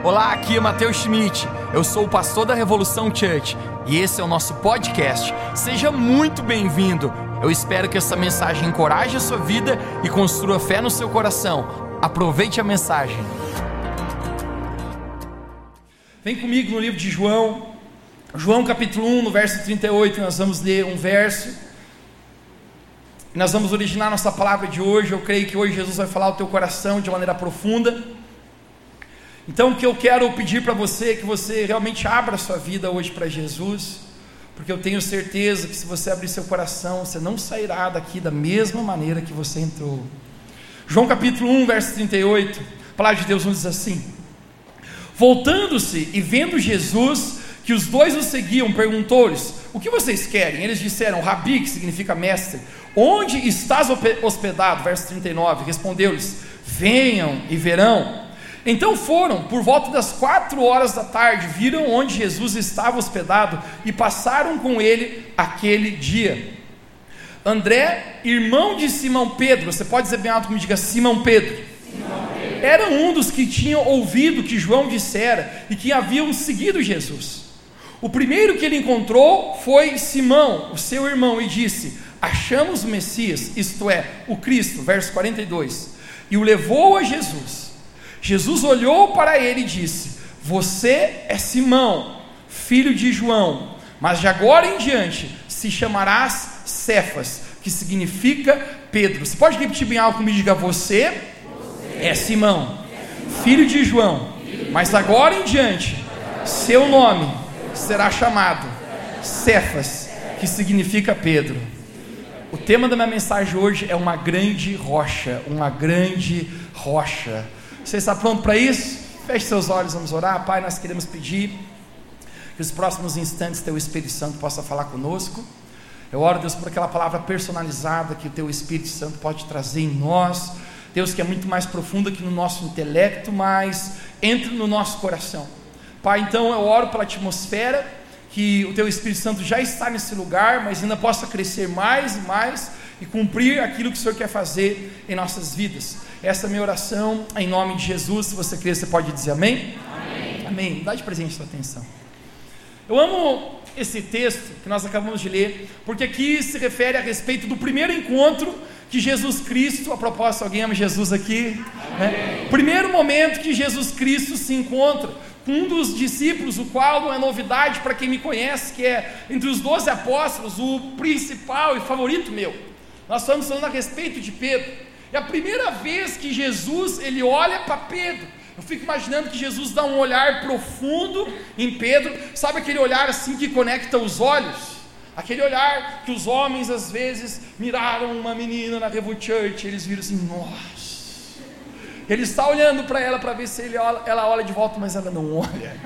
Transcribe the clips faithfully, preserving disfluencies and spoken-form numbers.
Olá, aqui é Matheus Schmidt, eu sou o pastor da Revolução Church e esse é o nosso podcast. Seja muito bem-vindo, eu espero que essa mensagem encoraje a sua vida e construa fé no seu coração. Aproveite a mensagem. Vem comigo no livro de João, João capítulo um, no verso trinta e oito, nós vamos ler um verso, nós vamos originar nossa palavra de hoje. Eu creio que hoje Jesus vai falar ao teu coração de maneira profunda. Então o que eu quero pedir para você é que você realmente abra a sua vida hoje para Jesus, porque eu tenho certeza que se você abrir seu coração, você não sairá daqui da mesma maneira que você entrou. João capítulo um, verso trinta e oito, a palavra de Deus nos diz assim: voltando-se e vendo Jesus que os dois o seguiam, perguntou-lhes: o que vocês querem? Eles disseram: Rabi, que significa mestre, onde estás hospedado? Verso trinta e nove, respondeu-lhes: venham e verão. Então foram, por volta das quatro horas da tarde, viram onde Jesus estava hospedado e passaram com ele aquele dia. André, irmão de Simão Pedro, você pode dizer bem alto como diga Simão Pedro, Simão Pedro, era um dos que tinham ouvido o que João dissera e que haviam seguido Jesus. O primeiro que ele encontrou foi Simão, o seu irmão, e disse: achamos o Messias, isto é, o Cristo, verso quarenta e dois, e o levou a Jesus. Jesus olhou para ele e disse: você é Simão, filho de João, mas de agora em diante se chamarás Cefas, que significa Pedro. Você pode repetir bem alto comigo? Diga: você, você é Simão, filho de João, mas agora em diante seu nome será chamado Cefas, que significa Pedro. O tema da minha mensagem hoje é uma grande rocha, uma grande rocha. Você está pronto para isso? Feche seus olhos, vamos orar. Pai, nós queremos pedir que os próximos instantes Teu Espírito Santo possa falar conosco. Eu oro, Deus, por aquela palavra personalizada que o Teu Espírito Santo pode trazer em nós, Deus, que é muito mais profunda que no nosso intelecto, mas entre no nosso coração. Pai, então eu oro pela atmosfera, que o Teu Espírito Santo já está nesse lugar, mas ainda possa crescer mais e mais e cumprir aquilo que o Senhor quer fazer em nossas vidas. Essa é a minha oração, em nome de Jesus. Se você crer, você pode dizer amém? Amém. Amém. Dá de presente sua atenção. Eu amo esse texto que nós acabamos de ler, porque aqui se refere a respeito do primeiro encontro que Jesus Cristo, a propósito, alguém ama Jesus aqui? Né? Primeiro momento que Jesus Cristo se encontra com um dos discípulos, o qual não é novidade para quem me conhece, que é entre os doze apóstolos, o principal e favorito meu. Nós estamos falando a respeito de Pedro. É a primeira vez que Jesus, ele olha para Pedro. Eu fico imaginando que Jesus dá um olhar profundo em Pedro. Sabe aquele olhar assim que conecta os olhos? Aquele olhar que os homens às vezes miraram uma menina na Revo Church, eles viram assim: nossa. Ele está olhando para ela para ver se ele olha, ela olha de volta, mas ela não olha.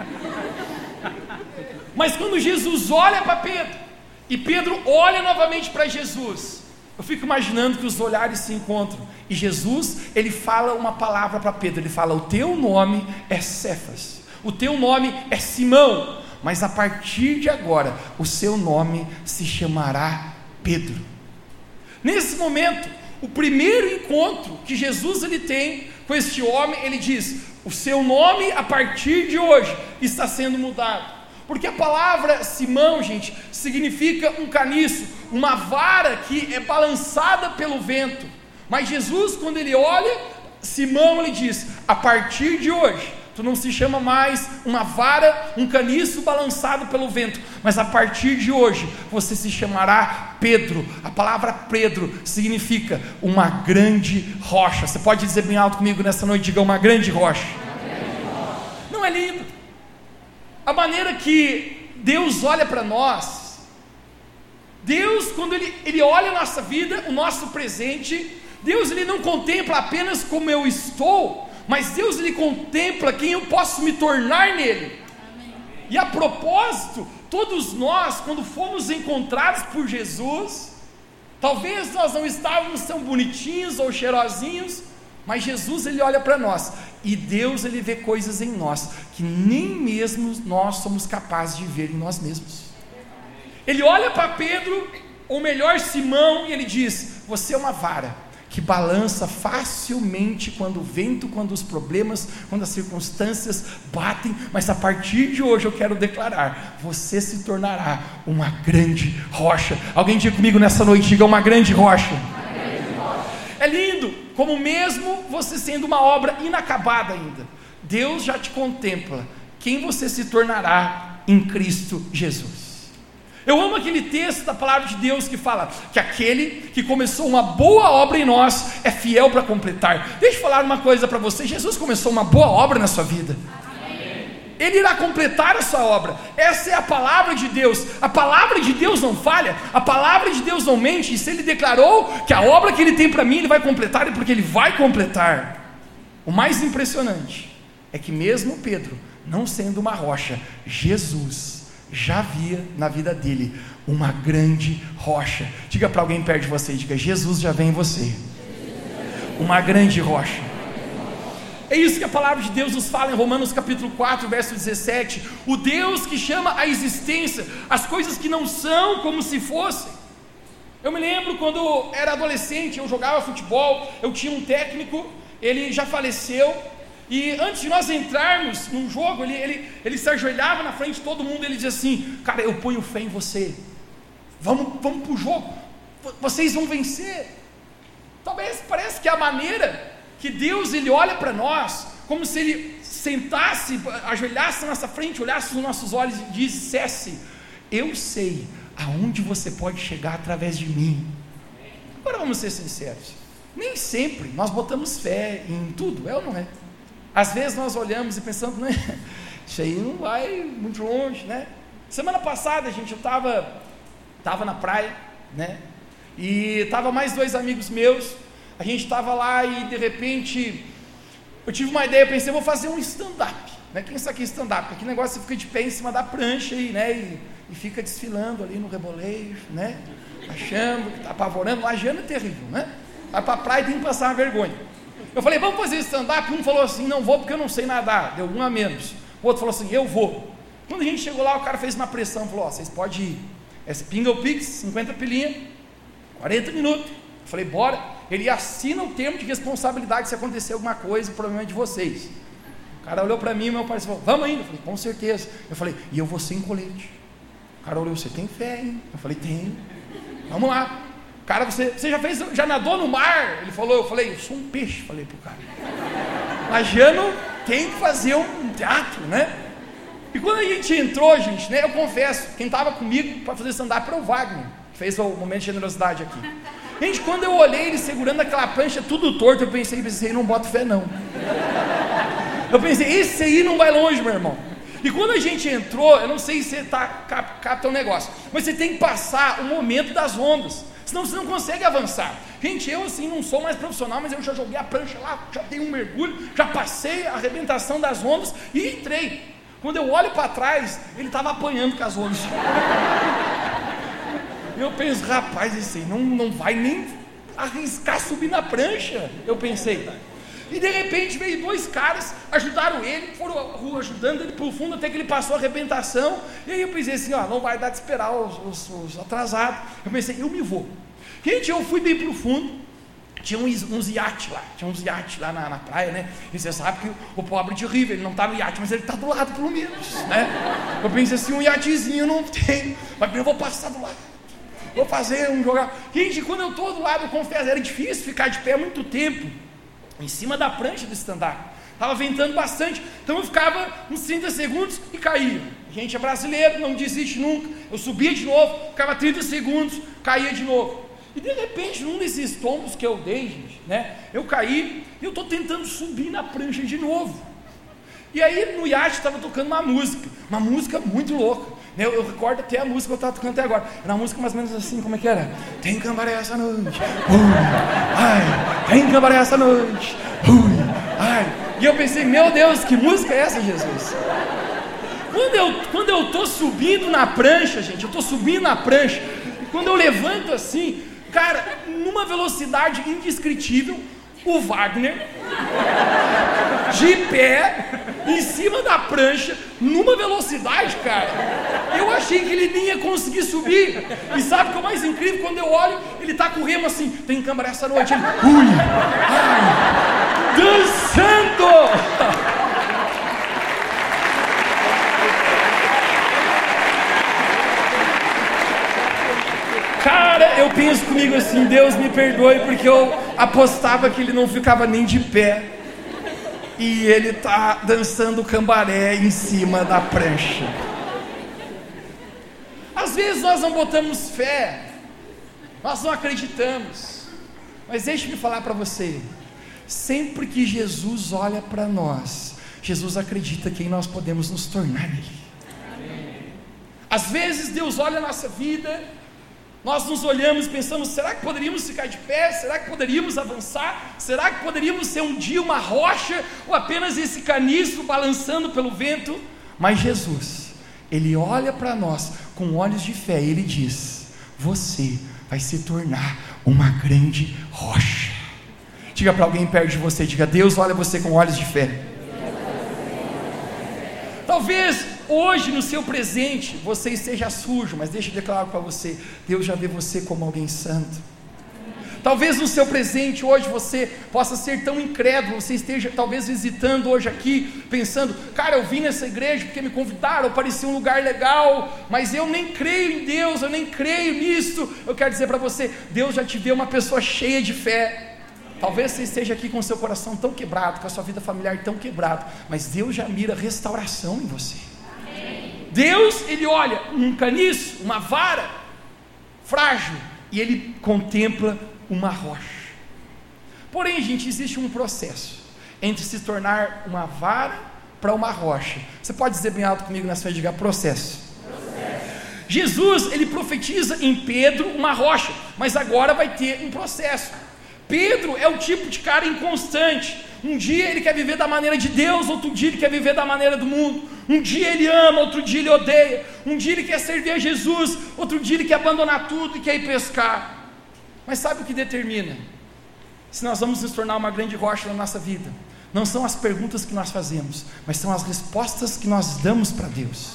Mas quando Jesus olha para Pedro e Pedro olha novamente para Jesus, eu fico imaginando que os olhares se encontram e Jesus, ele fala uma palavra para Pedro. Ele fala: o teu nome é Cefas, o teu nome é Simão, mas a partir de agora o seu nome se chamará Pedro. Nesse momento, o primeiro encontro que Jesus ele tem com este homem, ele diz: o seu nome a partir de hoje está sendo mudado. Porque a palavra Simão, gente, significa um caniço, uma vara que é balançada pelo vento. Mas Jesus, quando ele olha Simão, ele diz: a partir de hoje, tu não se chama mais uma vara, um caniço balançado pelo vento, mas a partir de hoje, você se chamará Pedro. A palavra Pedro significa uma grande rocha. Você pode dizer bem alto comigo nessa noite, diga: uma grande rocha. Uma grande rocha. Não é lindo? A maneira que Deus olha para nós, Deus, quando ele, ele olha a nossa vida, o nosso presente, Deus ele não contempla apenas como eu estou, mas Deus ele contempla quem eu posso me tornar nele. Amém. E a propósito, todos nós, quando fomos encontrados por Jesus, talvez nós não estávamos tão bonitinhos ou cheirosinhos, mas Jesus ele olha para nós, e Deus ele vê coisas em nós, que nem mesmo nós somos capazes de ver em nós mesmos. Ele olha para Pedro, ou melhor Simão, e ele diz: você é uma vara, que que balança facilmente quando o vento, quando os problemas, quando as circunstâncias batem, mas a partir de hoje eu quero declarar: você se tornará uma grande rocha. Alguém diga comigo nessa noite, diga: uma grande rocha. Uma grande rocha. É lindo, como mesmo você sendo uma obra inacabada ainda, Deus já te contempla quem você se tornará em Cristo Jesus. Eu amo aquele texto da palavra de Deus que fala que aquele que começou uma boa obra em nós é fiel para completar. Deixa eu falar uma coisa para você: Jesus começou uma boa obra na sua vida. Amém. Ele irá completar a sua obra. Essa é a palavra de Deus. A palavra de Deus não falha, a palavra de Deus não mente. E se Ele declarou que a obra que Ele tem para mim Ele vai completar, é porque Ele vai completar. O mais impressionante é que mesmo Pedro não sendo uma rocha, Jesus já via na vida dele uma grande rocha. Diga para alguém perto de você, diga: Jesus já vê em você uma grande rocha. É isso que a palavra de Deus nos fala em Romanos capítulo quatro, verso dezessete. O Deus que chama à existência as coisas que não são como se fossem. Eu me lembro quando eu era adolescente, eu jogava futebol, eu tinha um técnico, ele já faleceu. E antes de nós entrarmos num jogo, ele, ele, ele se ajoelhava na frente de todo mundo, ele dizia assim: cara, eu ponho fé em você, vamos, vamos para o jogo, vocês vão vencer. Talvez parece que a maneira que Deus ele olha para nós, como se Ele sentasse, ajoelhasse na nossa frente, olhasse nos nossos olhos e dissesse: eu sei aonde você pode chegar através de mim. Agora vamos ser sinceros, nem sempre nós botamos fé em tudo, é ou não é? Às vezes nós olhamos e pensamos, né, isso aí não vai muito longe, né? Semana passada, gente, eu estava tava na praia, né? E estava mais dois amigos meus. A gente estava lá e de repente eu tive uma ideia, eu pensei, vou fazer um stand-up, né? Quem sabe que é stand-up? Aquele negócio você fica de pé em cima da prancha e, né, e, e fica desfilando ali no rebolejo, né? Achando que está apavorando. Lajeando é terrível, né? Vai para a praia e tem que passar uma vergonha. Eu falei, vamos fazer stand-up? Um falou assim, não vou porque eu não sei nadar, deu um a menos. O outro falou assim, eu vou. Quando a gente chegou lá, o cara fez uma pressão, falou, ó, vocês podem ir, é Pinga o Pix, cinquenta pilinha, quarenta minutos. Eu falei, bora. Ele assina o termo de responsabilidade se acontecer alguma coisa, o problema é de vocês. O cara olhou para mim, meu pai falou, vamos ainda? Eu falei, com certeza. Eu falei, e eu vou sem colete. O cara olhou, você tem fé, hein? Eu falei, tenho. Vamos lá. Cara, você, você já fez, já nadou no mar? Ele falou, eu falei, eu sou um peixe, falei pro cara. Lajeano tem que fazer um teatro, né? E quando a gente entrou, gente, né, eu confesso, quem estava comigo para fazer stand-up era o Wagner, que fez o momento de generosidade aqui. Gente, quando eu olhei ele segurando aquela prancha tudo torto, eu pensei, esse aí não bota fé não. Eu pensei, esse aí não vai longe, meu irmão. E quando a gente entrou, eu não sei se você tá, capta um negócio, mas você tem que passar o momento das ondas, senão você não consegue avançar. Gente, eu assim não sou mais profissional, mas eu já joguei a prancha lá, já dei um mergulho, já passei a arrebentação das ondas e entrei. Quando eu olho para trás, ele estava apanhando com as ondas. Eu penso, rapaz, esse aí não, não vai nem arriscar subir na prancha. Eu pensei. E de repente veio dois caras, ajudaram ele, foram ajudando ele para o fundo até que ele passou a arrebentação. E aí eu pensei assim, ó, não vai dar de esperar os, os, os atrasados. Eu pensei, eu me vou. Gente, eu fui bem para o fundo. Tinha uns, uns iates lá, tinha uns iates lá na, na praia, né? E você sabe que o, o pobre de River, ele não está no iate, mas ele está do lado pelo menos, né? Eu pensei assim, um iatezinho não tem, mas eu vou passar do lado, vou fazer um jogar. Gente, quando eu estou do lado, eu confesso, era difícil ficar de pé muito tempo, em cima da prancha do stand-up, estava ventando bastante, então eu ficava uns trinta segundos e caía. Gente, é brasileiro, não desiste nunca, eu subia de novo, ficava trinta segundos, caía de novo. E de repente, num desses tombos que eu dei, gente, né, eu caí e eu estou tentando subir na prancha de novo. E aí no iate estava tocando uma música, uma música muito louca. Né, eu, eu recordo até a música que eu estava tocando até agora. Era uma música mais ou menos assim, como é que era? Tem cambaré essa noite, ui, ai, tem cambaré essa noite, ui, ai. E eu pensei, meu Deus, que música é essa, Jesus? Quando eu quando eu estou subindo na prancha, gente, eu estou subindo na prancha, e quando eu levanto assim, cara, numa velocidade indescritível, o Wagner, de pé, em cima da prancha, numa velocidade, cara. Eu achei que ele nem ia conseguir subir. E sabe o que é o mais incrível? Quando eu olho, ele tá com o remo assim, tem câmera essa noite. Ele, ui, ai, dançando. Cara, eu penso comigo assim, Deus me perdoe, porque eu apostava que ele não ficava nem de pé. E ele tá dançando cambaré em cima da prancha. Às vezes nós não botamos fé, nós não acreditamos. Mas deixe-me falar para você, sempre que Jesus olha para nós, Jesus acredita quem nós podemos nos tornar nele. Às vezes Deus olha a nossa vida, nós nos olhamos e pensamos, será que poderíamos ficar de pé? Será que poderíamos avançar? Será que poderíamos ser um dia uma rocha? Ou apenas esse caniço balançando pelo vento? Mas Jesus, Ele olha para nós com olhos de fé e Ele diz, você vai se tornar uma grande rocha. Diga para alguém perto de você, diga, Deus olha você com olhos de fé. Talvez hoje no seu presente você esteja sujo, mas deixa eu declarar para você, Deus já vê você como alguém santo. Talvez no seu presente hoje você possa ser tão incrédulo, você esteja talvez visitando hoje aqui, pensando, cara, eu vim nessa igreja porque me convidaram, parecia um lugar legal, mas eu nem creio em Deus, eu nem creio nisso. Eu quero dizer para você, Deus já te vê uma pessoa cheia de fé. Talvez você esteja aqui com o seu coração tão quebrado, com a sua vida familiar tão quebrada, mas Deus já mira restauração em você. Amém. Deus, Ele olha um caniço, uma vara frágil, e Ele contempla uma rocha. Porém, gente, existe um processo entre se tornar uma vara para uma rocha. Você pode dizer bem alto comigo nessa vez, diga processo. processo. Jesus, Ele profetiza em Pedro uma rocha, mas agora vai ter um processo. Pedro é o tipo de cara inconstante. Um dia ele quer viver da maneira de Deus, outro dia ele quer viver da maneira do mundo. Um dia ele ama, outro dia ele odeia. Um dia ele quer servir a Jesus, outro dia ele quer abandonar tudo e quer ir pescar. Mas sabe o que determina se nós vamos nos tornar uma grande rocha na nossa vida? Não são as perguntas que nós fazemos, mas são as respostas que nós damos para Deus.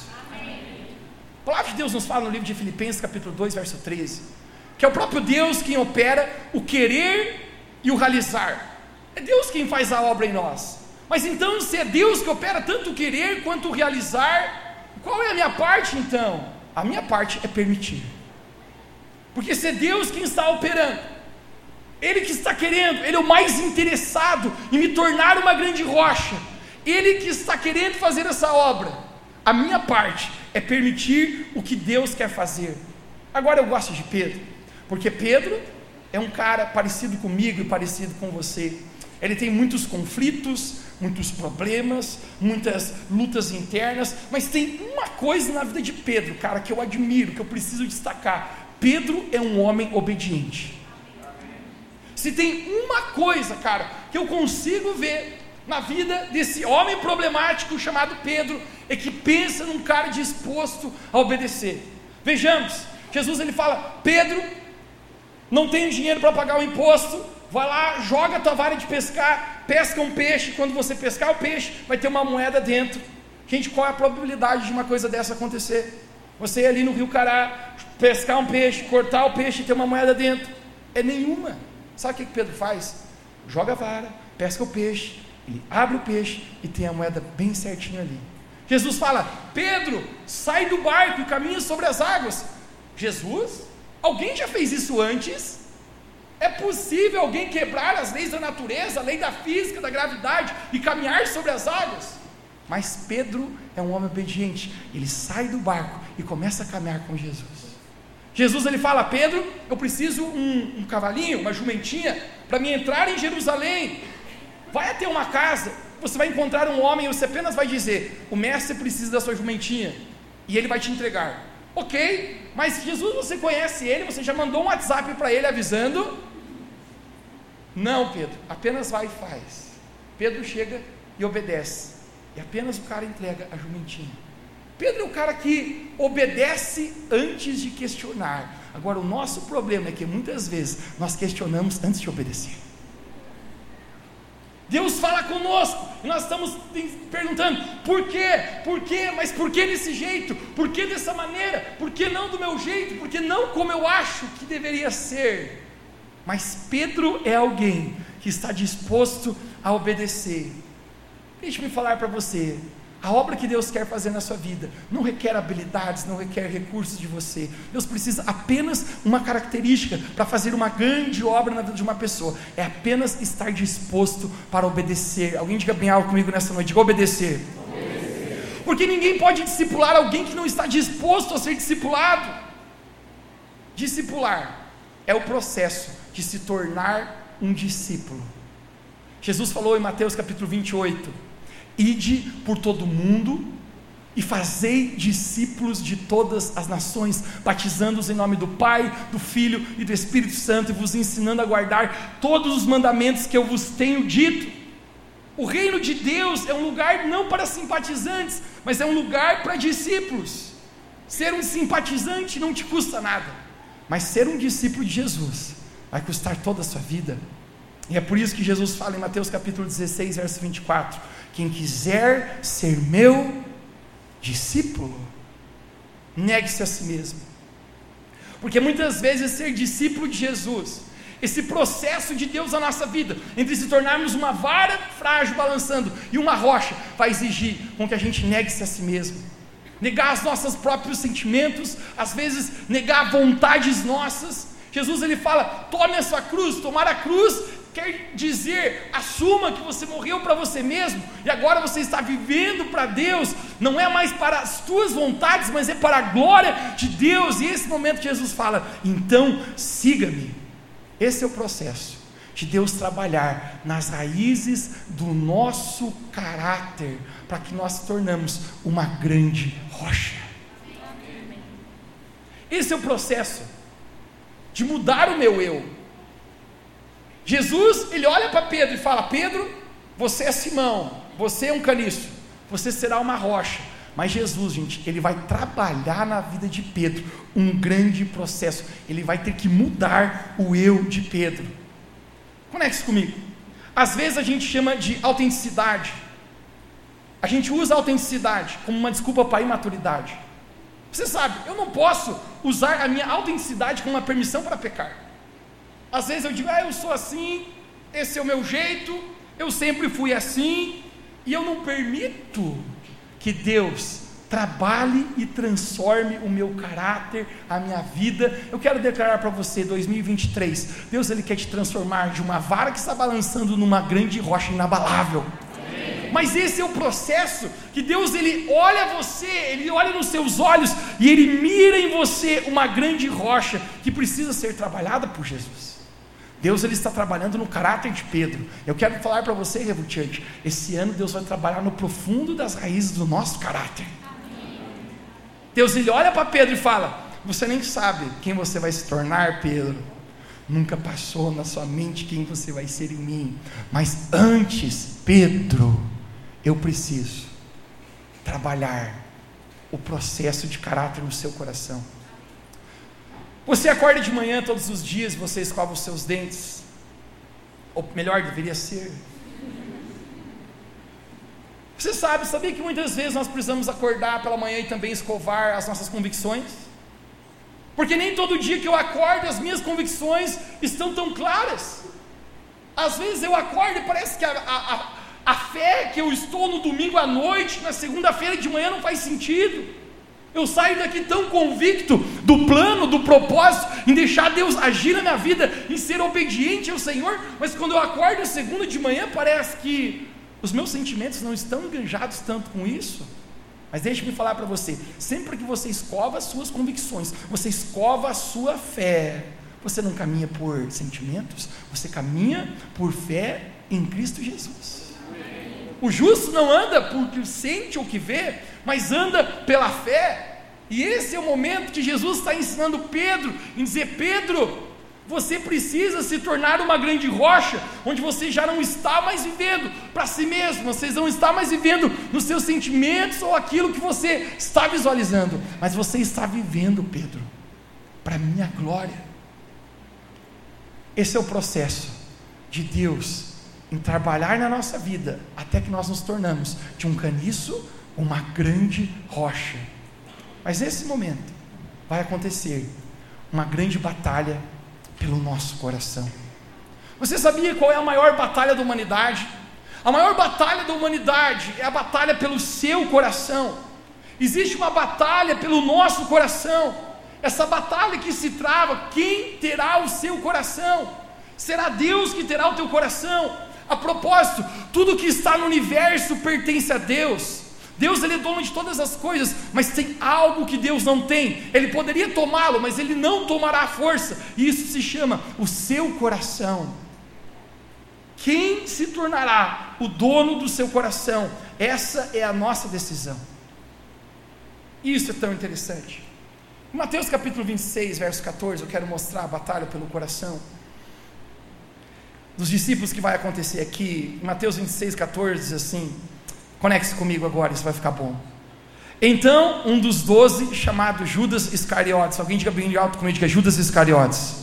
A palavra de Deus nos fala no livro de Filipenses capítulo dois, verso treze, que é o próprio Deus quem opera o querer e o realizar. É Deus quem faz a obra em nós. Mas então, se é Deus que opera tanto o querer quanto o realizar, qual é a minha parte então? A minha parte é permitir. Porque se é Deus quem está operando, Ele que está querendo, Ele é o mais interessado em me tornar uma grande rocha, Ele que está querendo fazer essa obra, a minha parte é permitir o que Deus quer fazer. Agora eu gosto de Pedro, porque Pedro é um cara parecido comigo e parecido com você. Ele tem muitos conflitos, muitos problemas, muitas lutas internas, mas tem uma coisa na vida de Pedro, cara, que eu admiro, que eu preciso destacar. Pedro é um homem obediente. Se tem uma coisa, cara, que eu consigo ver na vida desse homem problemático chamado Pedro, é que pensa num cara disposto a obedecer. Vejamos, Jesus ele fala, Pedro, não tenho dinheiro para pagar o imposto, vai lá, joga a tua vara de pescar, pesca um peixe, quando você pescar o peixe, vai ter uma moeda dentro. Gente, qual é a probabilidade de uma coisa dessa acontecer? Você ir ali no Rio Cará, pescar um peixe, cortar o peixe e ter uma moeda dentro? É nenhuma. Sabe o que Pedro faz? Joga a vara, pesca o peixe, ele abre o peixe e tem a moeda bem certinho ali. Jesus fala, Pedro, sai do barco e caminha sobre as águas. Jesus? Alguém já fez isso antes? É possível alguém quebrar as leis da natureza, a lei da física, da gravidade e caminhar sobre as águas? Mas Pedro é um homem obediente, ele sai do barco e começa a caminhar com Jesus. Jesus ele fala, Pedro, eu preciso um, um cavalinho, uma jumentinha, para me entrar em Jerusalém. Vai até uma casa, você vai encontrar um homem e você apenas vai dizer, o mestre precisa da sua jumentinha, e ele vai te entregar. Ok, mas Jesus, você conhece ele, você já mandou um WhatsApp para ele avisando? Não, Pedro, apenas vai e faz. Pedro chega e obedece, e apenas o cara entrega a jumentinha. Pedro é o cara que obedece antes de questionar. Agora o nosso problema é que muitas vezes nós questionamos antes de obedecer. Deus fala conosco, e nós estamos perguntando, por quê? Por quê? Mas por que desse jeito? Por que dessa maneira? Por que não do meu jeito? Por que não como eu acho que deveria ser? Mas Pedro é alguém que está disposto a obedecer. Deixe-me falar para você, a obra que Deus quer fazer na sua vida não requer habilidades, não requer recursos de você. Deus precisa apenas uma característica para fazer uma grande obra na vida de uma pessoa, é apenas estar disposto para obedecer. Alguém diga bem alto comigo nessa noite, diga obedecer. Obedecer. Porque ninguém pode discipular alguém que não está disposto a ser discipulado. Discipular é o processo de se tornar um discípulo. Jesus falou em Mateus capítulo vinte e oito, ide por todo o mundo e fazei discípulos de todas as nações, batizando-os em nome do Pai, do Filho e do Espírito Santo, e vos ensinando a guardar todos os mandamentos que eu vos tenho dito. O reino de Deus é um lugar não para simpatizantes, mas é um lugar para discípulos. Ser um simpatizante não te custa nada, mas ser um discípulo de Jesus vai custar toda a sua vida. E é por isso que Jesus fala em Mateus capítulo dezesseis, verso vinte e quatro, quem quiser ser meu discípulo, negue-se a si mesmo. Porque muitas vezes ser discípulo de Jesus, esse processo de Deus na nossa vida, entre se tornarmos uma vara frágil balançando e uma rocha, vai exigir com que a gente negue-se a si mesmo, negar os nossos próprios sentimentos, às vezes negar vontades nossas. Jesus ele fala, tome a sua cruz. Tomar a cruz quer dizer, assuma que você morreu para você mesmo, e agora você está vivendo para Deus, não é mais para as tuas vontades, mas é para a glória de Deus. E esse momento Jesus fala, então siga-me. Esse é o processo de Deus trabalhar nas raízes do nosso caráter, para que nós nos tornamos uma grande rocha. Esse é o processo de mudar o meu eu. Jesus, ele olha para Pedro e fala, Pedro, você é Simão, você é um caniço, você será uma rocha. Mas Jesus, gente, ele vai trabalhar na vida de Pedro um grande processo, ele vai ter que mudar o eu de Pedro. Conecte-se comigo. Às vezes a gente chama de autenticidade, a gente usa a autenticidade como uma desculpa para a imaturidade. Você sabe, eu não posso usar a minha autenticidade como uma permissão para pecar. Às vezes eu digo, ah, eu sou assim, esse é o meu jeito, eu sempre fui assim, e eu não permito que Deus trabalhe e transforme o meu caráter, a minha vida. Eu quero declarar para você, dois mil e vinte e três, Deus ele quer te transformar de uma vara que está balançando numa grande rocha inabalável. Mas esse é o processo que Deus ele olha você, ele olha nos seus olhos e ele mira em você uma grande rocha que precisa ser trabalhada por Jesus. Deus ele está trabalhando no caráter de Pedro. Eu quero falar para você, Revo Church, esse ano Deus vai trabalhar no profundo das raízes do nosso caráter. Deus ele olha para Pedro e fala, você nem sabe quem você vai se tornar, Pedro, nunca passou na sua mente quem você vai ser em mim, mas antes, Pedro, eu preciso trabalhar o processo de caráter no seu coração. Você acorda de manhã todos os dias, você escova os seus dentes, ou melhor, deveria ser. Você sabe, sabia que muitas vezes nós precisamos acordar pela manhã e também escovar as nossas convicções? Porque nem todo dia que eu acordo as minhas convicções estão tão claras. Às vezes eu acordo e parece que a, a, a, a fé que eu estou no domingo à noite, na segunda-feira de manhã não faz sentido. Eu saio daqui tão convicto do plano, do propósito, em deixar Deus agir na minha vida, em ser obediente ao Senhor, mas quando eu acordo segunda de manhã, parece que os meus sentimentos não estão enganjados tanto com isso. Mas deixe-me falar para você, sempre que você escova as suas convicções, você escova a sua fé, você não caminha por sentimentos, você caminha por fé em Cristo Jesus. O justo não anda por que sente ou que vê, mas anda pela fé. E esse é o momento que Jesus está ensinando Pedro, em dizer, Pedro, você precisa se tornar uma grande rocha, onde você já não está mais vivendo para si mesmo, você não está mais vivendo nos seus sentimentos ou aquilo que você está visualizando, mas você está vivendo, Pedro, para a minha glória. Esse é o processo de Deus em trabalhar na nossa vida, até que nós nos tornamos de um caniço uma grande rocha. Mas nesse momento vai acontecer uma grande batalha pelo nosso coração. Você sabia qual é a maior batalha da humanidade? A maior batalha da humanidade é a batalha pelo seu coração. Existe uma batalha pelo nosso coração. Essa batalha que se trava, quem terá o seu coração? Será Deus que terá o teu coração? A propósito, tudo que está no universo pertence a Deus. Deus, ele é dono de todas as coisas, mas tem algo que Deus não tem. Ele poderia tomá-lo, mas ele não tomará a força, e isso se chama o seu coração. Quem se tornará o dono do seu coração? Essa é a nossa decisão. Isso é tão interessante. Em Mateus capítulo vinte e seis, verso catorze, eu quero mostrar a batalha pelo coração dos discípulos que vai acontecer aqui. Em Mateus vinte e seis, catorze, diz assim, conecte-se comigo agora, isso vai ficar bom. Então, um dos doze, chamado Judas Iscariotes, alguém diga bem alto comigo, diga Judas Iscariotes,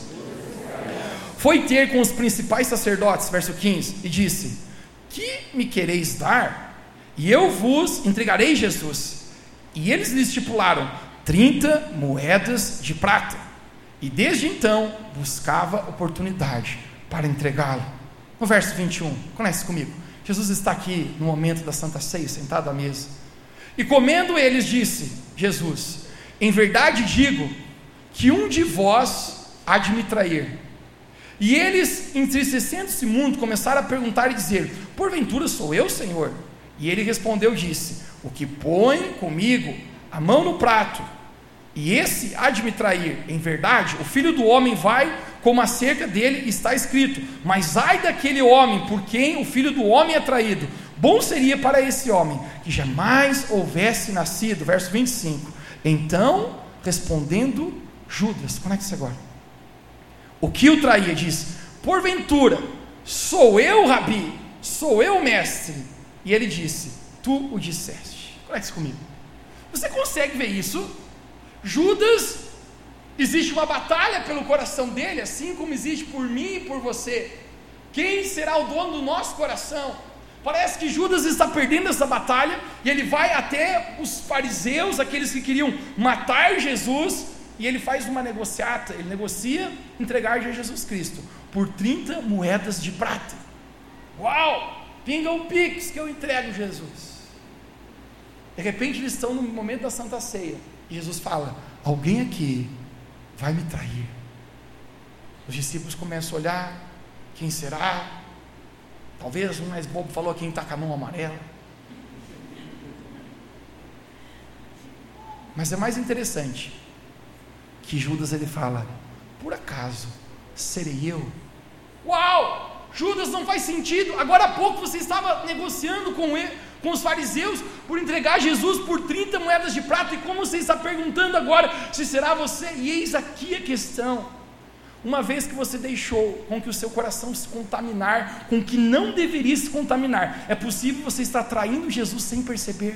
foi ter com os principais sacerdotes, verso quinze, e disse, que me quereis dar? E eu vos entregarei Jesus. E eles lhe estipularam trinta moedas de prata, e desde então buscava oportunidade para entregá-lo. No verso vinte e um, conhece comigo, Jesus está aqui no momento da Santa Ceia, sentado à mesa, e comendo eles, disse Jesus, em verdade digo, que um de vós há de me trair. E eles, entristecendo-se muito, começaram a perguntar e dizer, porventura sou eu, Senhor? E ele respondeu e disse, o que põe comigo a mão no prato, e esse há de me trair, em verdade, o Filho do Homem vai, como acerca dele está escrito, mas ai daquele homem, por quem o Filho do Homem é traído, bom seria para esse homem, que jamais houvesse nascido, verso vinte e cinco, então, respondendo Judas, conecte-se agora, o que o traía, diz, porventura, sou eu, Rabi, sou eu, mestre, e ele disse, tu o disseste. Conecte-se comigo, você consegue ver isso? Judas, existe uma batalha pelo coração dele, assim como existe por mim e por você. Quem será o dono do nosso coração? Parece que Judas está perdendo essa batalha, e ele vai até os fariseus, aqueles que queriam matar Jesus, e ele faz uma negociata, ele negocia entregar Jesus Cristo, por trinta moedas de prata. Uau, pinga o pix que eu entrego Jesus. De repente eles estão no momento da Santa Ceia, e Jesus fala, alguém aqui vai me trair. Os discípulos começam a olhar, quem será? Talvez um mais bobo falou, quem está com a mão amarela. Mas é mais interessante, que Judas ele fala, por acaso serei eu? Uau, Judas, não faz sentido, agora há pouco você estava negociando com ele, com os fariseus, por entregar Jesus por trinta moedas de prata, e como você está perguntando agora, se será você? E eis aqui a questão, uma vez que você deixou com que o seu coração se contaminar, com o que não deveria se contaminar, é possível você estar traindo Jesus sem perceber.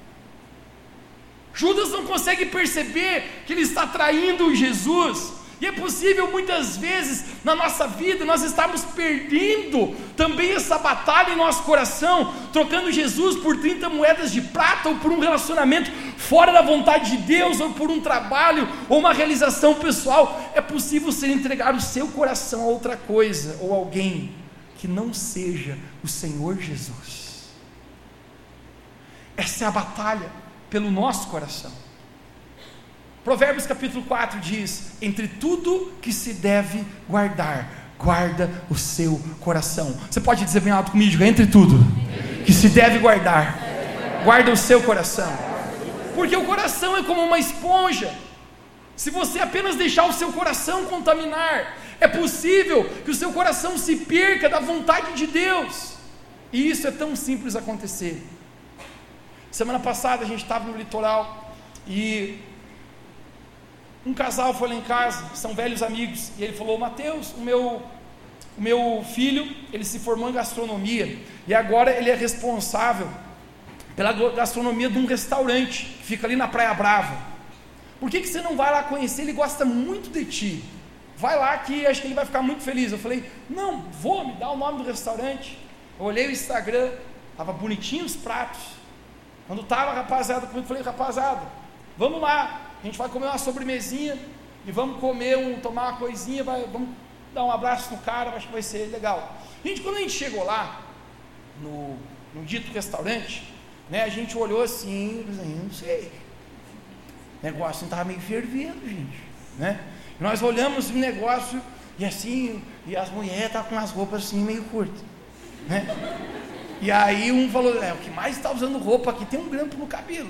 Judas não consegue perceber que ele está traindo Jesus, e é possível muitas vezes na nossa vida nós estamos perdendo também essa batalha em nosso coração, trocando Jesus por trinta moedas de prata, ou por um relacionamento fora da vontade de Deus, ou por um trabalho, ou uma realização pessoal. É possível você entregar o seu coração a outra coisa, ou alguém, que não seja o Senhor Jesus. Essa é a batalha pelo nosso coração. Provérbios capítulo quatro diz, entre tudo que se deve guardar, guarda o seu coração. Você pode dizer bem alto comigo, diga, entre tudo que se deve guardar, guarda o seu coração, porque o coração é como uma esponja. Se você apenas deixar o seu coração contaminar, é possível que o seu coração se perca da vontade de Deus, e isso é tão simples acontecer. Semana passada a gente estava no litoral, e um casal foi lá em casa, são velhos amigos, e ele falou, Mateus, o meu, o meu filho, ele se formou em gastronomia, e agora ele é responsável pela gastronomia de um restaurante, que fica ali na Praia Brava. Por que, que você não vai lá conhecer? Ele gosta muito de ti, vai lá que acho que ele vai ficar muito feliz. Eu falei, não, vou, me dá o nome do restaurante. Eu olhei o Instagram, estava bonitinho os pratos. Quando estava a rapaziada comigo, eu falei, rapaziada, vamos lá, a gente vai comer uma sobremesinha e vamos comer, um, tomar uma coisinha, vai, vamos dar um abraço no cara, acho que vai ser legal. Gente, quando a gente chegou lá, no, no dito restaurante, né, a gente olhou assim, não sei, o negócio estava meio fervendo, gente, né? E nós olhamos o negócio e assim, e as mulheres estavam com as roupas assim meio curtas, né? E aí um falou, é, o que mais está usando roupa aqui tem um grampo no cabelo.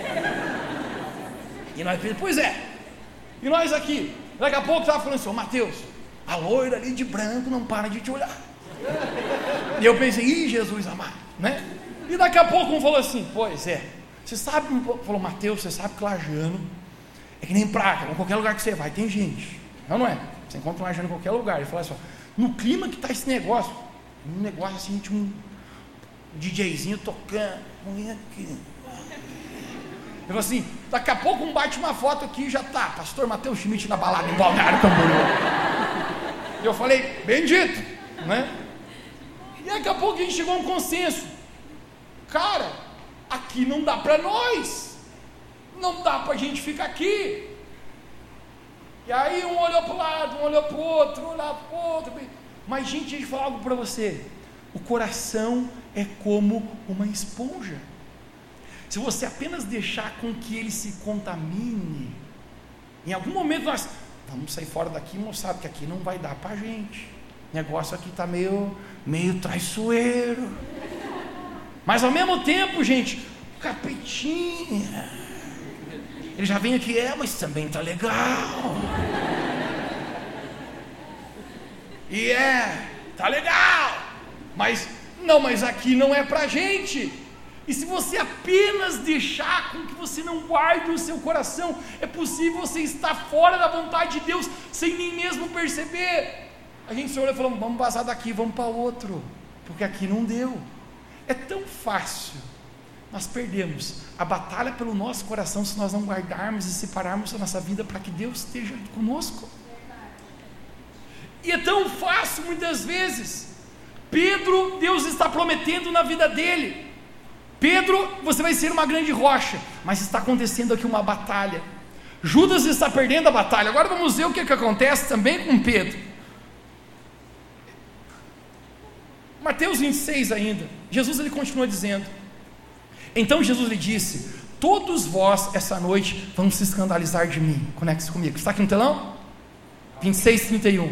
E nós pensamos, pois é, e nós aqui, daqui a pouco estava falando assim, ô Mateus, a loira ali de branco não para de te olhar. E eu pensei, ih, Jesus amado, né? E daqui a pouco um falou assim, pois é, você sabe, um falou, Mateus, você sabe que Lajano é que nem praga, em qualquer lugar que você vai tem gente, não, não é? Você encontra um Lajano em qualquer lugar. Ele falou assim, ó, no clima que está esse negócio, um negócio assim, tinha um DJzinho tocando, aqui. Eu falei assim, daqui a pouco um bate uma foto aqui e já tá, pastor Mateus Schmidt na balada em Balneário Camboriú. E eu falei, bendito, né? E daqui a pouco a gente chegou a um consenso, cara, aqui não dá para nós, não dá para a gente ficar aqui. E aí um olhou para o lado, um olhou para o outro, um olhou para o outro. Mas gente, deixa eu falar algo para você, o coração é como uma esponja. Se você apenas deixar com que ele se contamine, em algum momento nós vamos sair fora daqui, moçada, que aqui não vai dar para a gente, o negócio aqui está meio, meio traiçoeiro, mas ao mesmo tempo, gente, o capetinha, ele já vem aqui, é, mas também está legal, e é, está legal, mas, não, mas aqui não é para a gente. E se você apenas deixar com que você não guarde o seu coração, é possível você estar fora da vontade de Deus, sem nem mesmo perceber. A gente se olha e fala, vamos vazar daqui, vamos para outro, porque aqui não deu. É tão fácil, nós perdemos a batalha pelo nosso coração, se nós não guardarmos e separarmos a nossa vida para que Deus esteja conosco. E é tão fácil muitas vezes, Pedro, Deus está prometendo na vida dele, Pedro, você vai ser uma grande rocha, mas está acontecendo aqui uma batalha. Judas está perdendo a batalha. Agora vamos ver o que, que acontece também com Pedro. Mateus vinte e seis ainda, Jesus ele continua dizendo, então Jesus lhe disse, todos vós essa noite vão se escandalizar de mim. Conecte-se comigo, está aqui no telão? vinte e seis, trinta e um.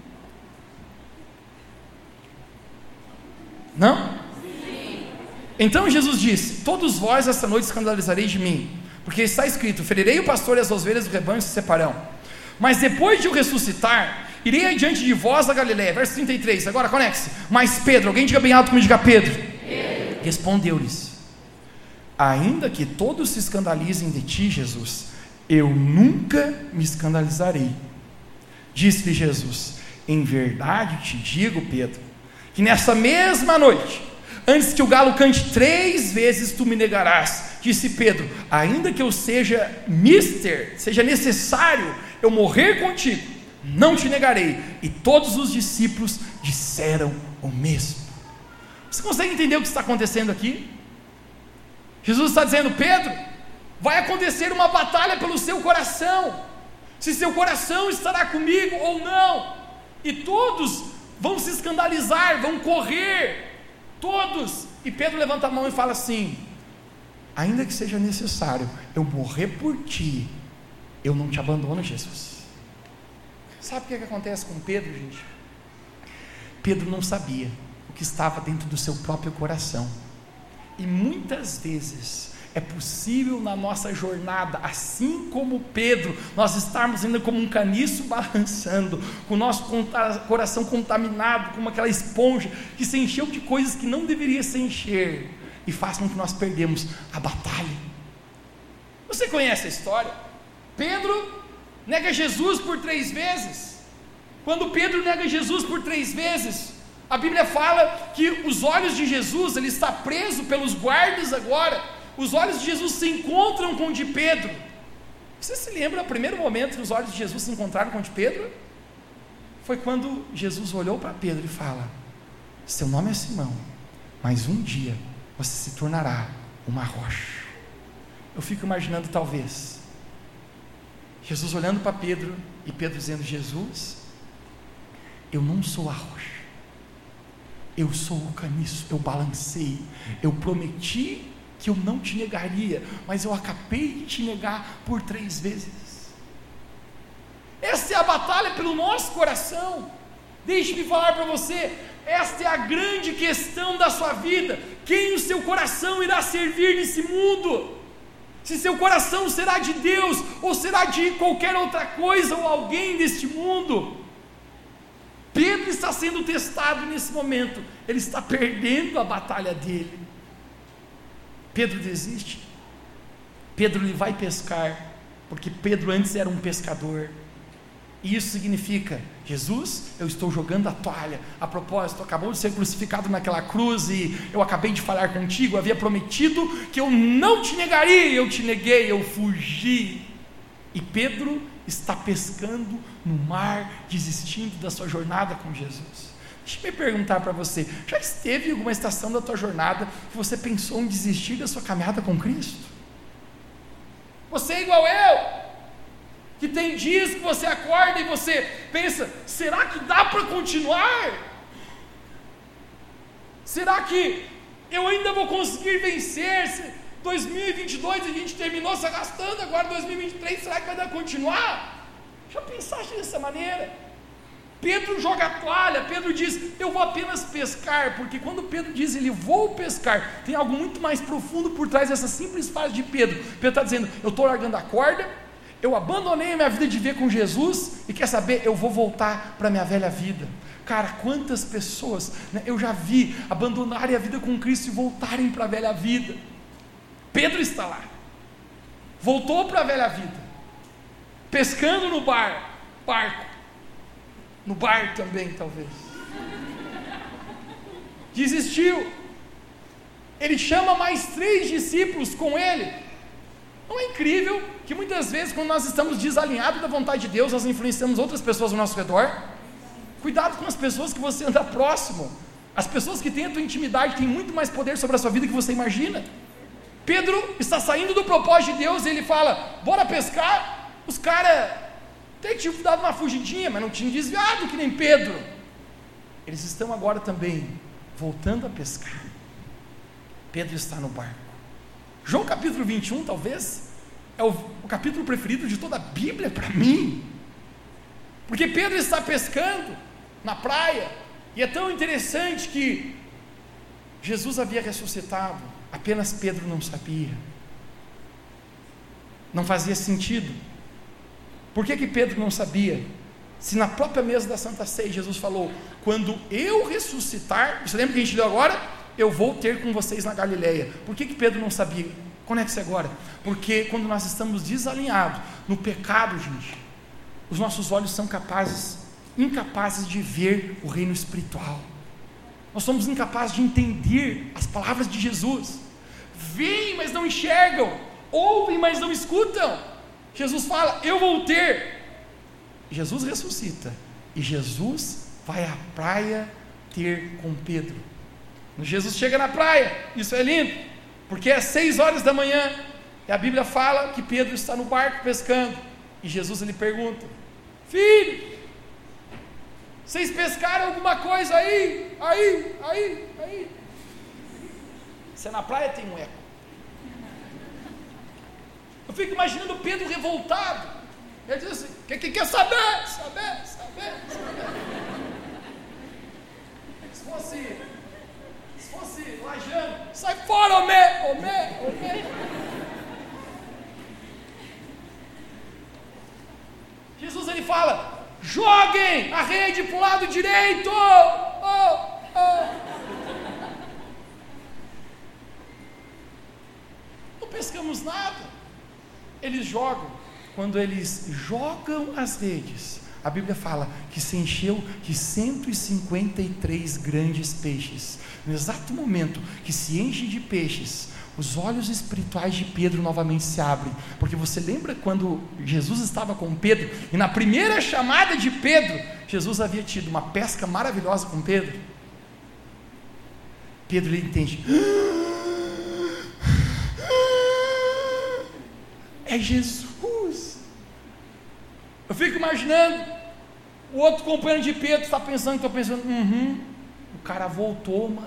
Não? Então Jesus disse, todos vós esta noite escandalizareis de mim, porque está escrito, ferirei o pastor e as ovelhas do rebanho se separarão, mas depois de eu ressuscitar, irei adiante de vós a Galileia. Verso trinta e três, agora conecte-se. Mas Pedro, alguém diga bem alto comigo, diga Pedro, Pedro. Respondeu-lhes, ainda que todos se escandalizem de ti, Jesus, eu nunca me escandalizarei. Disse-lhe Jesus, em verdade te digo, Pedro, que nessa mesma noite, antes que o galo cante três vezes, tu me negarás. Disse Pedro, ainda que eu seja mister, seja necessário eu morrer contigo, não te negarei. E todos os discípulos disseram o mesmo. Você consegue entender o que está acontecendo aqui? Jesus está dizendo, Pedro, vai acontecer uma batalha pelo seu coração, se seu coração estará comigo ou não, e todos vão se escandalizar, vão correr, todos, e Pedro levanta a mão e fala assim, ainda que seja necessário eu morrer por ti, eu não te abandono, Jesus. Sabe o que, é que acontece com Pedro, gente? Pedro não sabia o que estava dentro do seu próprio coração, e muitas vezes é possível na nossa jornada, assim como Pedro, nós estarmos ainda como um caniço balançando, com o nosso coração contaminado, como aquela esponja que se encheu de coisas que não deveria se encher, e faz com que nós perdemos a batalha. Você conhece a história? Pedro nega Jesus por três vezes. Quando Pedro nega Jesus por três vezes, a Bíblia fala que os olhos de Jesus, ele está preso pelos guardas agora. Os olhos de Jesus se encontram com o de Pedro. Você se lembra do primeiro momento que os olhos de Jesus se encontraram com o de Pedro? Foi quando Jesus olhou para Pedro e fala, seu nome é Simão, mas um dia você se tornará uma rocha. Eu fico imaginando, talvez, Jesus olhando para Pedro, e Pedro dizendo: Jesus, eu não sou a rocha, eu sou o caniço, eu balancei, eu prometi que eu não te negaria, mas eu acabei de te negar por três vezes. Essa é a batalha pelo nosso coração. Deixe-me falar para você, esta é a grande questão da sua vida: quem o seu coração irá servir nesse mundo? Se seu coração será de Deus, ou será de qualquer outra coisa, ou alguém deste mundo. Pedro está sendo testado nesse momento, ele está perdendo a batalha dele. Pedro desiste, Pedro ele vai pescar, porque Pedro antes era um pescador, e isso significa: Jesus, eu estou jogando a toalha. A propósito, acabou de ser crucificado naquela cruz, e eu acabei de falar contigo, eu havia prometido que eu não te negaria, eu te neguei, eu fugi. E Pedro está pescando no mar, desistindo da sua jornada com Jesus. Deixa eu me perguntar para você, já esteve em alguma estação da tua jornada que você pensou em desistir da sua caminhada com Cristo? Você é igual eu, que tem dias que você acorda e você pensa: será que dá para continuar? Será que eu ainda vou conseguir vencer? dois mil e vinte e dois a gente terminou se arrastando, agora dois mil e vinte e três, será que vai dar para continuar? Já pensaste dessa maneira? Pedro joga a toalha, Pedro diz: eu vou apenas pescar, porque quando Pedro diz ele vou pescar, tem algo muito mais profundo por trás dessa simples frase de Pedro. Pedro está dizendo: eu estou largando a corda, eu abandonei a minha vida de ver com Jesus, e quer saber, eu vou voltar para a minha velha vida. Cara, quantas pessoas, né, eu já vi abandonarem a vida com Cristo e voltarem para a velha vida. Pedro está lá, voltou para a velha vida, pescando no bar, barco, no bar também talvez, desistiu. Ele chama mais três discípulos com ele. Não é incrível que muitas vezes, quando nós estamos desalinhados da vontade de Deus, nós influenciamos outras pessoas ao nosso redor? Cuidado com as pessoas que você anda próximo. As pessoas que têm a tua intimidade têm muito mais poder sobre a sua vida do que você imagina. Pedro está saindo do propósito de Deus, e ele fala: bora pescar. Os caras até tinham dado uma fugidinha, mas não tinham desviado que nem Pedro. Eles estão agora também voltando a pescar. Pedro está no barco. João capítulo vinte e um talvez é o, o capítulo preferido de toda a Bíblia para mim, porque Pedro está pescando na praia, e é tão interessante que Jesus havia ressuscitado, apenas Pedro não sabia, não fazia sentido. Por que que Pedro não sabia? Se na própria mesa da Santa Ceia Jesus falou: quando eu ressuscitar, você lembra que a gente leu agora? Eu vou ter com vocês na Galileia. Por que que Pedro não sabia? Conecte-se agora. Porque quando nós estamos desalinhados no pecado, gente, os nossos olhos são capazes, incapazes de ver o reino espiritual. Nós somos incapazes de entender as palavras de Jesus. Veem, mas não enxergam. Ouvem, mas não escutam. Jesus fala: eu vou ter. Jesus ressuscita, e Jesus vai à praia ter com Pedro. Jesus chega na praia, isso é lindo, porque é seis horas da manhã, e a Bíblia fala que Pedro está no barco pescando, e Jesus ele pergunta: filho, vocês pescaram alguma coisa aí? Aí, aí, aí. Se é na praia tem um eco. Eu fico imaginando Pedro revoltado. Ele diz assim: que, que quer saber? Saber, saber, saber. Se fosse, se fosse Lajano, sai fora, homem, homem, homem. Jesus ele fala: joguem a rede para o lado direito. Oh, oh. Não pescamos nada. Eles jogam. Quando eles jogam as redes, a Bíblia fala que se encheu de cento e cinquenta e três grandes peixes. No exato momento que se enche de peixes, os olhos espirituais de Pedro novamente se abrem, porque você lembra quando Jesus estava com Pedro, e na primeira chamada de Pedro, Jesus havia tido uma pesca maravilhosa com Pedro? Pedro, ele entende, é Jesus. Eu fico imaginando, o outro companheiro de Pedro está pensando, estou pensando, uhum, o cara voltou, mano.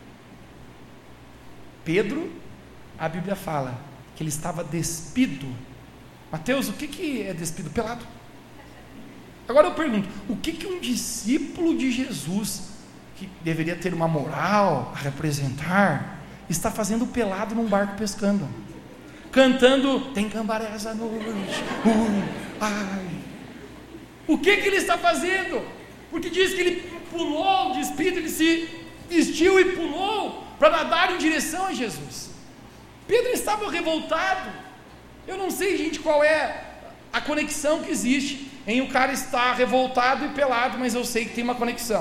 Pedro, a Bíblia fala que ele estava despido. Mateus, o que, que é despido? Pelado. Agora eu pergunto, o que, que um discípulo de Jesus, que deveria ter uma moral a representar, está fazendo pelado num barco pescando, cantando, tem cambarés à noite, ui, ai. O que, que ele está fazendo? Porque diz que ele pulou, despido, ele se vestiu e pulou para nadar em direção a Jesus. Pedro estava revoltado. Eu não sei, gente, qual é a conexão que existe em o cara estar revoltado e pelado, mas eu sei que tem uma conexão.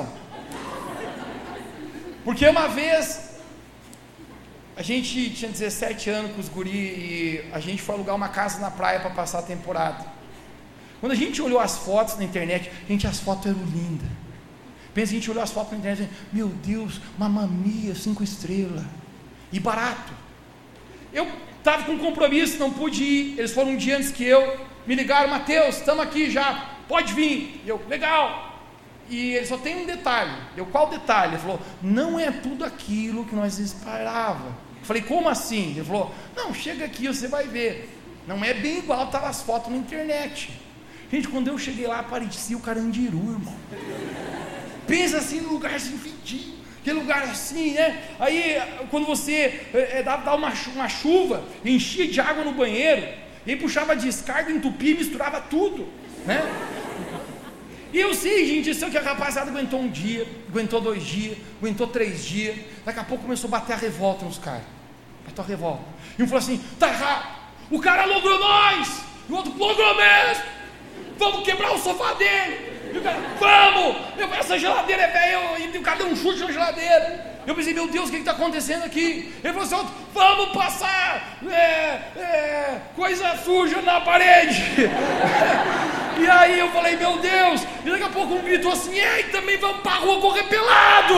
Porque uma vez a gente tinha dezessete anos com os guri e a gente foi alugar uma casa na praia para passar a temporada. Quando a gente olhou as fotos na internet, gente, as fotos eram lindas. Pensa, a gente olhou as fotos na internet, meu Deus, Mamma Mia, cinco estrelas, e barato. Eu estava com um compromisso, não pude ir, eles foram um dia antes que eu, me ligaram, Mateus, estamos aqui já, pode vir. Eu, legal. E ele só tem um detalhe. Eu, qual detalhe? Ele falou, não é tudo aquilo que nós esperávamos. Eu falei, como assim? Ele falou, não, chega aqui, você vai ver. Não é bem igual, estavam as fotos na internet. Gente, quando eu cheguei lá, parecia o Carandiru, irmão. Pensa assim no lugar assim, fedinho, aquele lugar assim, né? Aí, quando você é, dava, dava uma, uma chuva, enchia de água no banheiro, e aí puxava a descarga, entupia e misturava tudo, né? E eu sei, gente, isso é o que a rapaziada aguentou um dia, aguentou dois dias, aguentou três dias, daqui a pouco começou a bater a revolta nos caras, bateu a revolta, e um falou assim, tá errado, o cara logrou nós, e o outro logrou mesmo, vamos quebrar o sofá dele, e o cara, vamos, eu, essa geladeira é velha, e o cara deu um chute na geladeira. Eu pensei, meu Deus, o que está acontecendo aqui? Ele falou assim, vamos passar é, é, coisa suja na parede. E aí eu falei, meu Deus, e daqui a pouco um gritou assim, ei, também vamos para a rua correr pelado.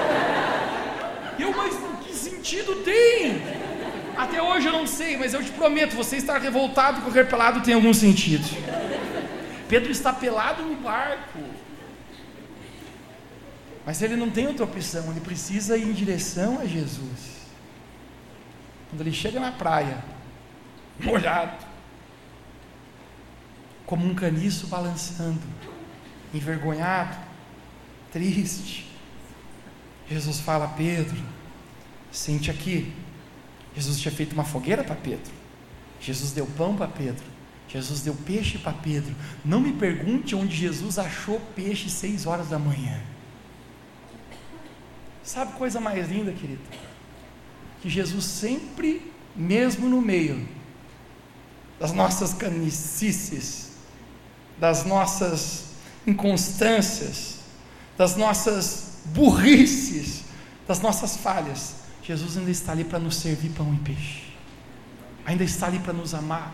E eu, mas que sentido tem? Até hoje eu não sei, mas eu te prometo, você estar revoltado e correr pelado tem algum sentido. Pedro está pelado no barco, mas ele não tem outra opção, ele precisa ir em direção a Jesus. Quando ele chega na praia, molhado, como um caniço balançando, envergonhado, triste, Jesus fala, Pedro, sente aqui. Jesus tinha feito uma fogueira para Pedro, Jesus deu pão para Pedro, Jesus deu peixe para Pedro. Não me pergunte onde Jesus achou peixe seis horas da manhã. Sabe coisa mais linda, querido? Que Jesus sempre, mesmo no meio das nossas canicices, das nossas inconstâncias, das nossas burrices, das nossas falhas, Jesus ainda está ali para nos servir pão e peixe, ainda está ali para nos amar.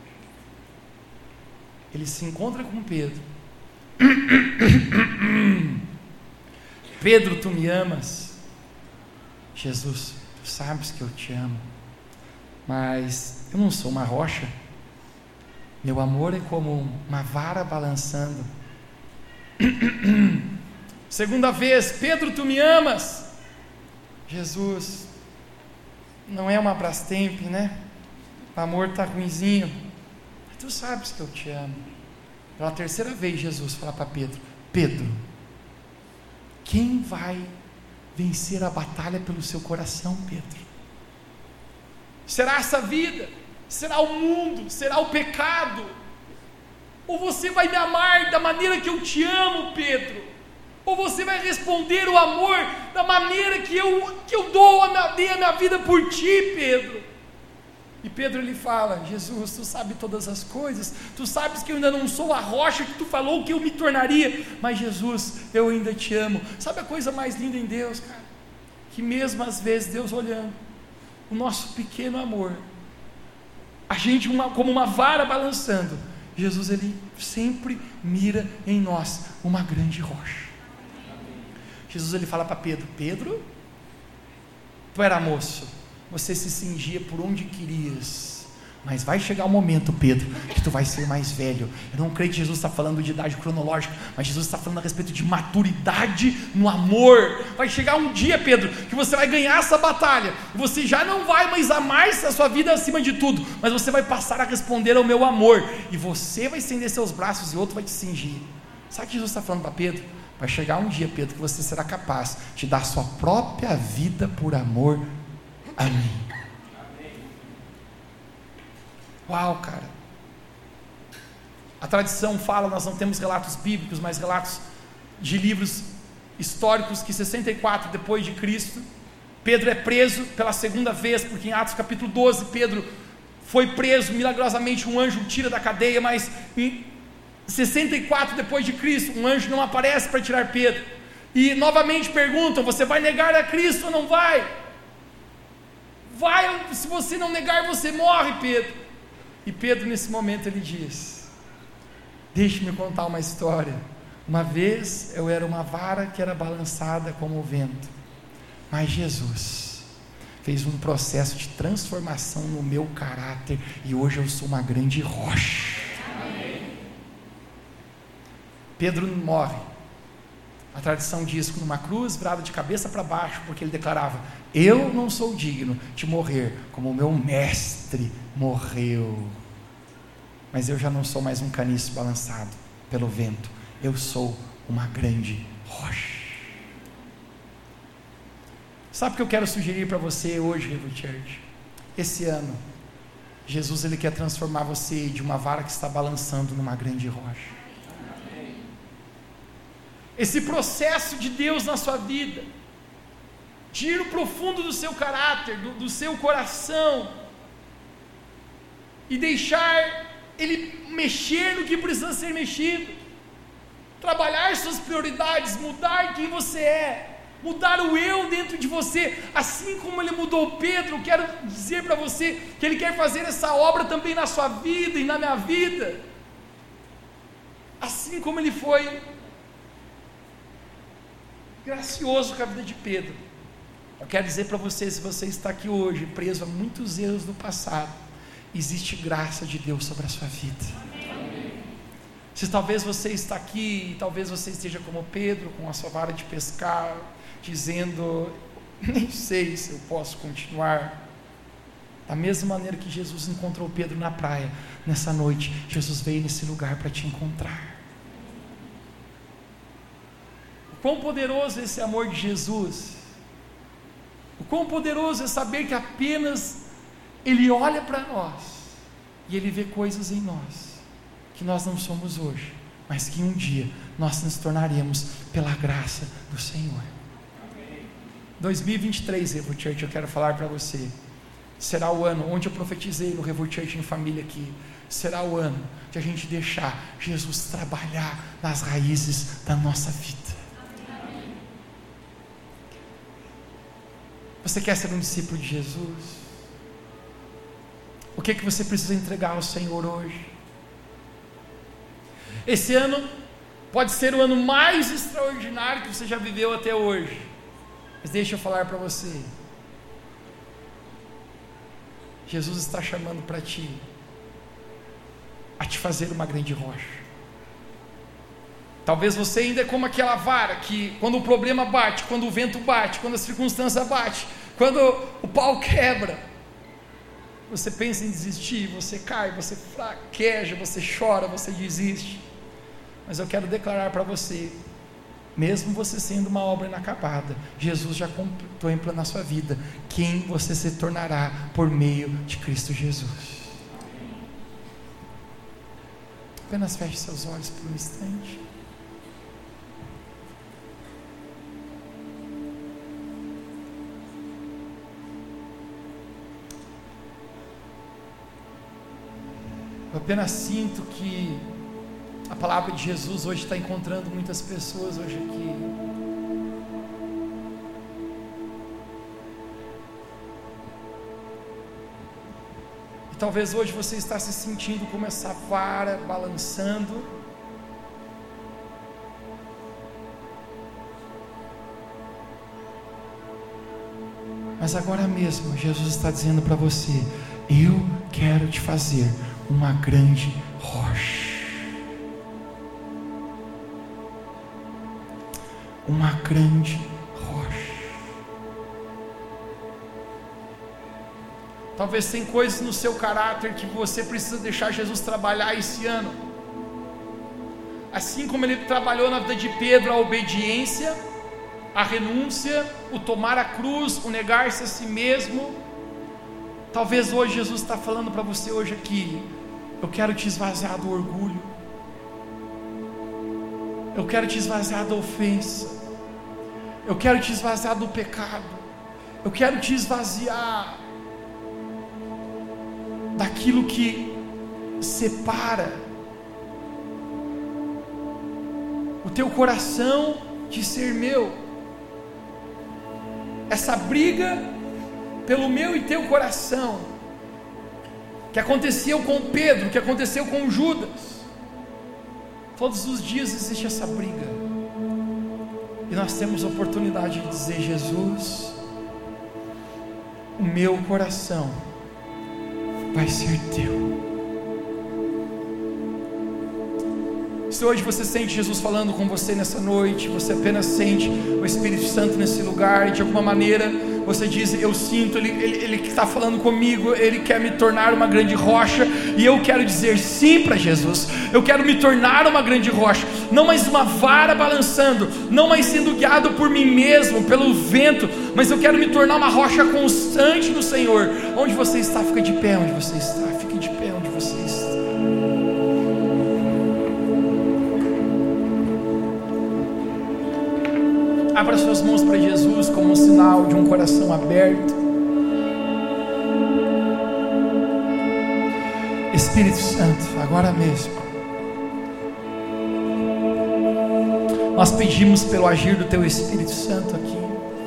Ele se encontra com Pedro. Pedro, tu me amas? Jesus, tu sabes que eu te amo, mas eu não sou uma rocha, meu amor é como uma vara balançando. Segunda vez, Pedro, tu me amas? Jesus, não é uma Brastemp, né? O amor está ruinzinho, mas tu sabes que eu te amo. Pela terceira vez, Jesus fala para Pedro, Pedro, quem vai vencer a batalha pelo seu coração, Pedro? Será essa vida? Será o mundo? Será o pecado? Ou você vai me amar da maneira que eu te amo, Pedro? Ou você vai responder o amor da maneira que eu, que eu dou a minha, dei a minha vida por ti, Pedro? E Pedro ele fala, Jesus, tu sabes todas as coisas, tu sabes que eu ainda não sou a rocha que tu falou que eu me tornaria, mas Jesus, eu ainda te amo. Sabe a coisa mais linda em Deus, cara? Que mesmo às vezes Deus olhando o nosso pequeno amor, a gente uma, como uma vara balançando, Jesus ele sempre mira em nós uma grande rocha. Jesus ele fala para Pedro, Pedro, tu era moço, você se cingia por onde querias, mas vai chegar um momento, Pedro, que tu vai ser mais velho. Eu não creio que Jesus está falando de idade cronológica, mas Jesus está falando a respeito de maturidade no amor. Vai chegar um dia, Pedro, que você vai ganhar essa batalha, e você já não vai mais amar a sua vida acima de tudo, mas você vai passar a responder ao meu amor, e você vai estender seus braços e outro vai te cingir. Sabe o que Jesus está falando para Pedro? Vai chegar um dia, Pedro, que você será capaz de dar sua própria vida por amor a mim. Uau, cara. A tradição fala, nós não temos relatos bíblicos, mas relatos de livros históricos, que sessenta e quatro depois de Cristo, Pedro é preso pela segunda vez, porque em Atos capítulo doze, Pedro foi preso, milagrosamente um anjo o tira da cadeia, mas em sessenta e quatro depois de Cristo, um anjo não aparece para tirar Pedro, e novamente perguntam, você vai negar a Cristo ou não vai? Vai, se você não negar, você morre, Pedro. E Pedro, nesse momento, ele diz: deixe-me contar uma história. Uma vez eu era uma vara que era balançada como o vento, mas Jesus fez um processo de transformação no meu caráter, e hoje eu sou uma grande rocha. Amém. Pedro morre. A tradição diz que numa cruz, virado de cabeça para baixo, porque ele declarava: eu não sou digno de morrer como o meu mestre morreu, mas eu já não sou mais um caniço balançado pelo vento, eu sou uma grande rocha. Sabe o que eu quero sugerir para você hoje, Revo Church? Esse ano, Jesus ele quer transformar você de uma vara que está balançando numa grande rocha. Esse processo de Deus na sua vida, de ir no profundo do seu caráter, do, do seu coração, e deixar Ele mexer no que precisa ser mexido, trabalhar suas prioridades, mudar quem você é, mudar o eu dentro de você, assim como Ele mudou Pedro. Quero dizer para você que Ele quer fazer essa obra também na sua vida e na minha vida, assim como Ele foi gracioso com a vida de Pedro. Eu quero dizer para você, se você está aqui hoje preso a muitos erros do passado, existe graça de Deus sobre a sua vida. Amém. Se talvez você está aqui, e talvez você esteja como Pedro, com a sua vara de pescar, dizendo: nem sei se eu posso continuar. Da mesma maneira que Jesus encontrou Pedro na praia, nessa noite, Jesus veio nesse lugar para te encontrar. O quão poderoso é esse amor de Jesus, o quão poderoso é saber que apenas Ele olha para nós, e Ele vê coisas em nós, que nós não somos hoje, mas que um dia nós nos tornaremos pela graça do Senhor. dois mil e vinte e três, Revo Church, eu quero falar para você, será o ano onde eu profetizei no Revo Church em família aqui, será o ano de a gente deixar Jesus trabalhar nas raízes da nossa vida. Você quer ser um discípulo de Jesus? O que é que você precisa entregar ao Senhor hoje? Esse ano pode ser o ano mais extraordinário que você já viveu até hoje, mas deixa eu falar para você, Jesus está chamando para ti, a te fazer uma grande rocha. Talvez você ainda é como aquela vara que, quando o problema bate, quando o vento bate, quando a circunstância bate, quando o pau quebra, você pensa em desistir, você cai, você fraqueja, você chora, você desiste. Mas eu quero declarar para você, mesmo você sendo uma obra inacabada, Jesus já contempla na sua vida quem você se tornará por meio de Cristo Jesus. Apenas feche seus olhos por um instante. Eu apenas sinto que a palavra de Jesus hoje está encontrando muitas pessoas hoje aqui. E talvez hoje você está se sentindo como essa vara balançando. Mas Mas agora mesmo, Jesus está dizendo para você: eu quero te fazer uma grande rocha. Uma grande rocha. Talvez tem coisas no seu caráter que você precisa deixar Jesus trabalhar esse ano. Assim como Ele trabalhou na vida de Pedro, a obediência, a renúncia, o tomar a cruz, o negar-se a si mesmo. Talvez hoje Jesus está falando para você hoje aqui: eu quero te esvaziar do orgulho, eu quero te esvaziar da ofensa, eu quero te esvaziar do pecado, eu quero te esvaziar daquilo que separa o teu coração de ser meu. Essa briga pelo meu e teu coração, que aconteceu com Pedro, que aconteceu com Judas, todos os dias existe essa briga, e nós temos a oportunidade de dizer: Jesus, o meu coração vai ser teu. Se hoje você sente Jesus falando com você nessa noite, você apenas sente o Espírito Santo nesse lugar, e de alguma maneira você diz: eu sinto, Ele Ele, ele está falando comigo, Ele quer me tornar uma grande rocha, e eu quero dizer sim para Jesus. Eu quero me tornar uma grande rocha, não mais uma vara balançando, não mais sendo guiado por mim mesmo, pelo vento, mas eu quero me tornar uma rocha constante no Senhor. Onde você está, fica de pé onde você está, fique de pé onde você está. Abra suas mãos para Jesus como um sinal de um coração aberto. Espírito Santo, agora mesmo, nós pedimos pelo agir do Teu Espírito Santo aqui.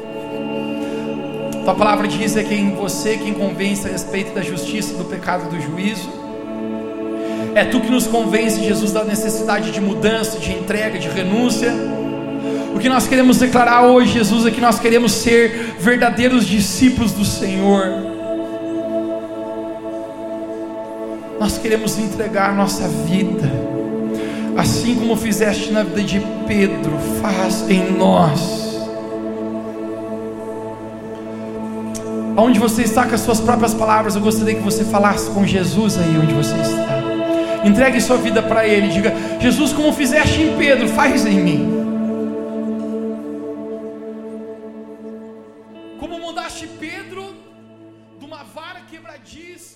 Tua palavra diz é que em você quem convence a respeito da justiça, do pecado e do juízo. É Tu que nos convence, Jesus, da necessidade de mudança, de entrega, de renúncia. O que nós queremos declarar hoje, Jesus, é que nós queremos ser verdadeiros discípulos do Senhor. Nós queremos entregar nossa vida, assim como fizeste na vida de Pedro, faz em nós. Onde você está com as suas próprias palavras, eu gostaria que você falasse com Jesus aí onde você está. Entregue sua vida para Ele, diga: Jesus, como fizeste em Pedro, faz em mim. Como mudaste Pedro de uma vara quebradiça